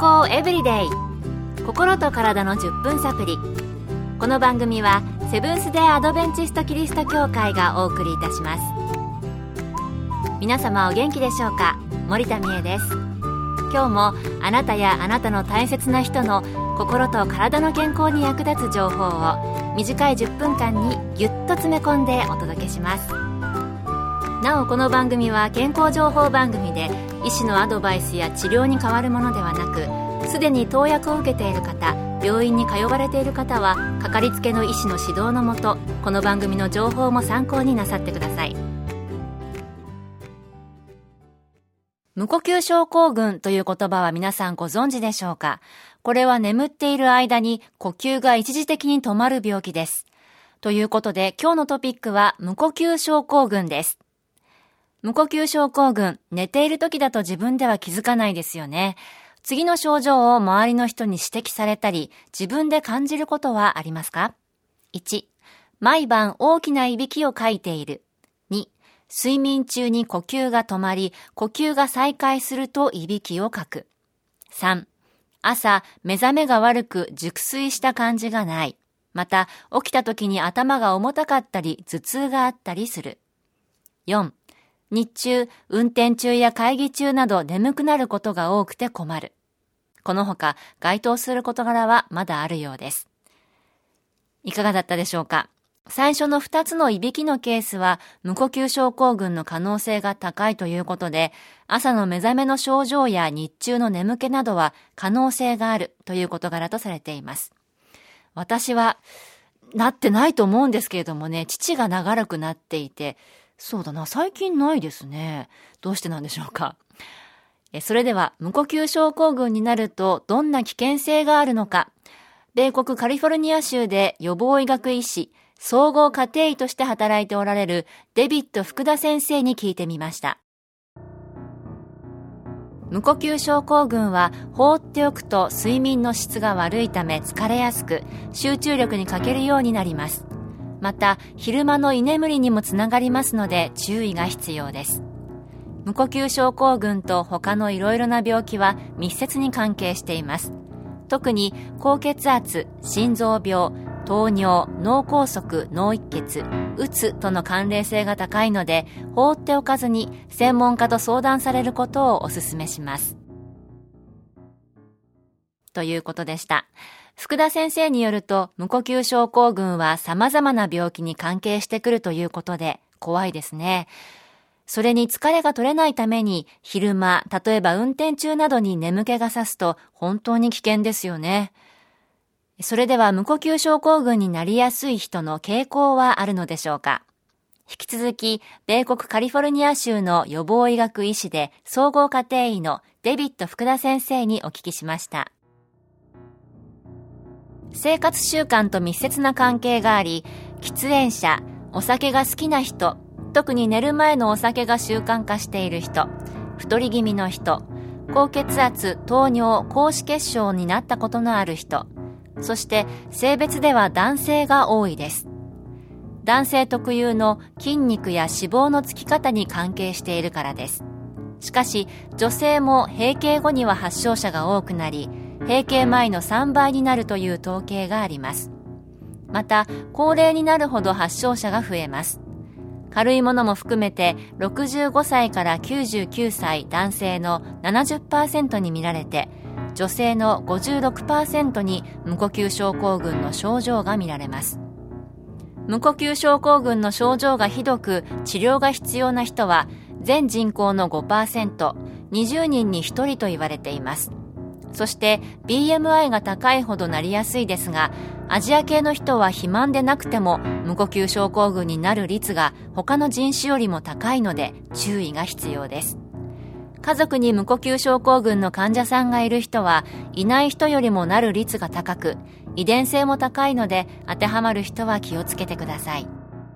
康エブリデイ、心と体の10分サプリ。この番組はセブンス・デー・アドベンチスト・キリスト教会がお送りいたします。皆様お元気でしょうか。森田美恵です。今日もあなたやあなたの大切な人の心と体の健康に役立つ情報を短い10分間にぎゅっと詰め込んでお届けします。なおこの番組は健康情報番組で医師のアドバイスや治療に代わるものではなく、すでに投薬を受けている方、病院に通われている方はかかりつけの医師の指導のもと、この番組の情報も参考になさってください。無呼吸症候群という言葉は皆さんご存知でしょうか。これは眠っている間に呼吸が一時的に止まる病気です。ということで今日のトピックは無呼吸症候群です。無呼吸症候群、寝ている時だと自分では気づかないですよね。次の症状を周りの人に指摘されたり、自分で感じることはありますか？ 1、毎晩大きないびきをかいている。2、睡眠中に呼吸が止まり、呼吸が再開するといびきをかく。3、朝目覚めが悪く熟睡した感じがない。また起きた時に頭が重たかったり頭痛があったりする。4、日中、運転中や会議中など眠くなることが多くて困る。このほか該当する事柄はまだあるようです。いかがだったでしょうか。最初の2つのいびきのケースは無呼吸症候群の可能性が高いということで、朝の目覚めの症状や日中の眠気などは可能性があるという事柄とされています。私はなってないと思うんですけれどもね、父が長らくなっていて、そうだな、最近ないですね。どうしてなんでしょうか。それでは無呼吸症候群になるとどんな危険性があるのか、米国カリフォルニア州で予防医学医師、総合家庭医として働いておられるデビッド福田先生に聞いてみました。無呼吸症候群は放っておくと睡眠の質が悪いため疲れやすく、集中力に欠けるようになります。また昼間の居眠りにもつながりますので注意が必要です。無呼吸症候群と他のいろいろな病気は密接に関係しています。特に高血圧、心臓病、糖尿、脳梗塞、脳一血、うつとの関連性が高いので、放っておかずに専門家と相談されることをお勧めします。ということでした。福田先生によると、無呼吸症候群は様々な病気に関係してくるということで怖いですね。それに疲れが取れないために昼間、例えば運転中などに眠気がさすと本当に危険ですよね。それでは無呼吸症候群になりやすい人の傾向はあるのでしょうか。引き続き、米国カリフォルニア州の予防医学医師で総合家庭医のデビッド福田先生にお聞きしました。生活習慣と密接な関係があり、喫煙者、お酒が好きな人、特に寝る前のお酒が習慣化している人、太り気味の人、高血圧、糖尿、高脂血症になったことのある人、そして性別では男性が多いです。男性特有の筋肉や脂肪のつき方に関係しているからです。しかし女性も閉経後には発症者が多くなり、閉経前の3倍になるという統計があります。また高齢になるほど発症者が増えます。軽いものも含めて65歳から99歳男性の 70% に見られて、女性の 56% に無呼吸症候群の症状が見られます。無呼吸症候群の症状がひどく治療が必要な人は全人口の 5%、20人に1人と言われています。そして BMI が高いほどなりやすいですが、アジア系の人は肥満でなくても無呼吸症候群になる率が他の人種よりも高いので注意が必要です。家族に無呼吸症候群の患者さんがいる人はいない人よりもなる率が高く、遺伝性も高いので当てはまる人は気をつけてください。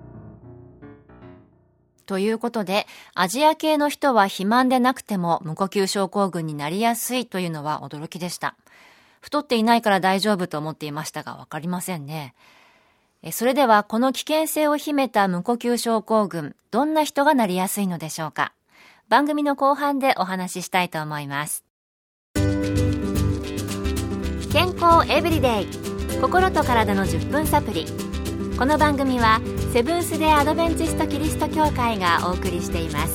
ということで、アジア系の人は肥満でなくても無呼吸症候群になりやすいというのは驚きでした。太っていないから大丈夫と思っていましたがわかりませんね。それではこの危険性を秘めた無呼吸症候群、どんな人がなりやすいのでしょうか。番組の後半でお話ししたいと思います。 健康エブリデイ、心と体の10分サプリ。この番組はセブンス・デ・アドベンチスト・キリスト教会がお送りしています。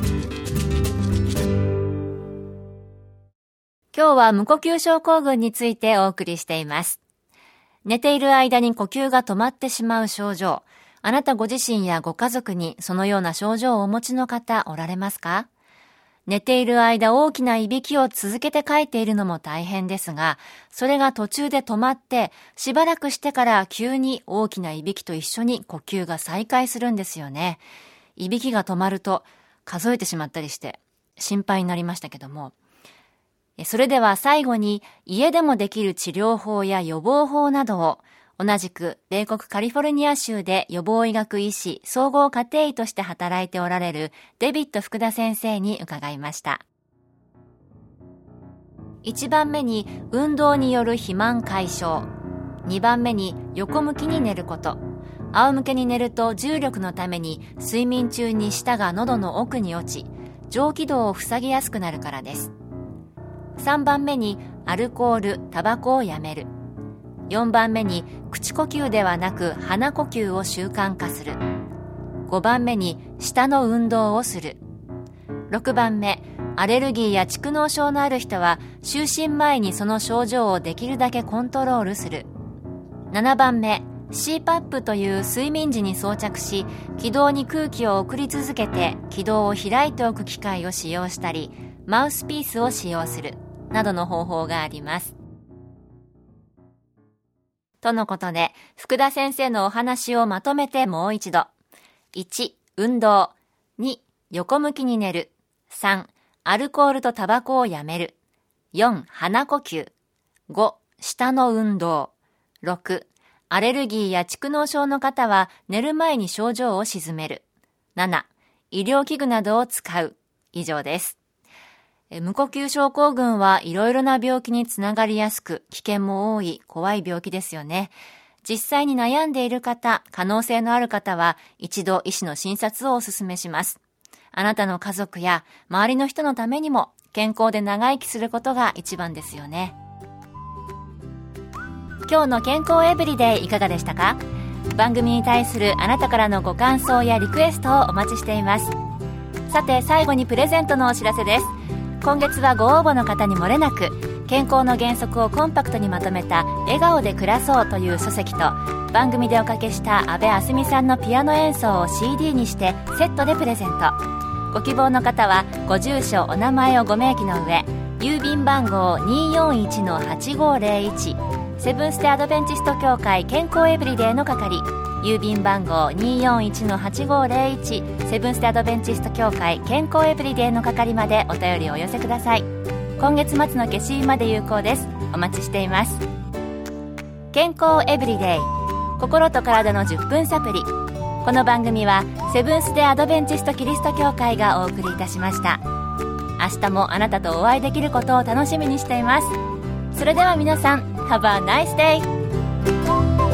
今日は無呼吸症候群についてお送りしています。寝ている間に呼吸が止まってしまう症状、あなたご自身やご家族にそのような症状をお持ちの方おられますか？寝ている間大きないびきを続けてかいているのも大変ですが、それが途中で止まってしばらくしてから急に大きないびきと一緒に呼吸が再開するんですよね。いびきが止まると数えてしまったりして心配になりましたけども、それでは最後に家でもできる治療法や予防法などを同じく米国カリフォルニア州で予防医学医師、総合家庭医として働いておられるデビッド福田先生に伺いました。1番目に運動による肥満解消。2番目に横向きに寝ること。仰向けに寝ると重力のために睡眠中に舌が喉の奥に落ち、上気道を塞ぎやすくなるからです。3番目にアルコール、タバコをやめる。4番目に口呼吸ではなく鼻呼吸を習慣化する。5番目に舌の運動をする。6番目、アレルギーや蓄膿症のある人は就寝前にその症状をできるだけコントロールする。7番目、CPAP という睡眠時に装着し、気道に空気を送り続けて気道を開いておく機械を使用したり、マウスピースを使用するなどの方法があります。とのことで、福田先生のお話をまとめてもう一度。1、運動。2、横向きに寝る。3、アルコールとタバコをやめる。4、鼻呼吸。5、舌の運動。6、アレルギーや蓄膿症の方は寝る前に症状を鎮める。7、医療器具などを使う。以上です。無呼吸症候群はいろいろな病気につながりやすく、危険も多い怖い病気ですよね。実際に悩んでいる方、可能性のある方は一度医師の診察をお勧めします。あなたの家族や周りの人のためにも健康で長生きすることが一番ですよね。今日の健康エブリデイいかがでしたか？番組に対するあなたからのご感想やリクエストをお待ちしています。さて最後にプレゼントのお知らせです。今月はご応募の方に漏れなく健康の原則をコンパクトにまとめた笑顔で暮らそうという書籍と番組でおかけした阿部あすみさんのピアノ演奏を CD にしてセットでプレゼント。ご希望の方はご住所お名前をご明記の上、郵便番号 241-8501 セブンス・デ・アドベンチスト協会健康エブリデイの係、郵便番号 241-8501 セブンス・デ・アドベンチスト協会健康エブリデイの係までお便りをお寄せください。今月末の消印まで有効です。お待ちしています。健康エブリデイ、心と体の10分サプリ。この番組はセブンス・デ・アドベンチスト・キリスト教会がお送りいたしました。明日もあなたとお会いできることを楽しみにしています。それでは皆さん、Have a nice day!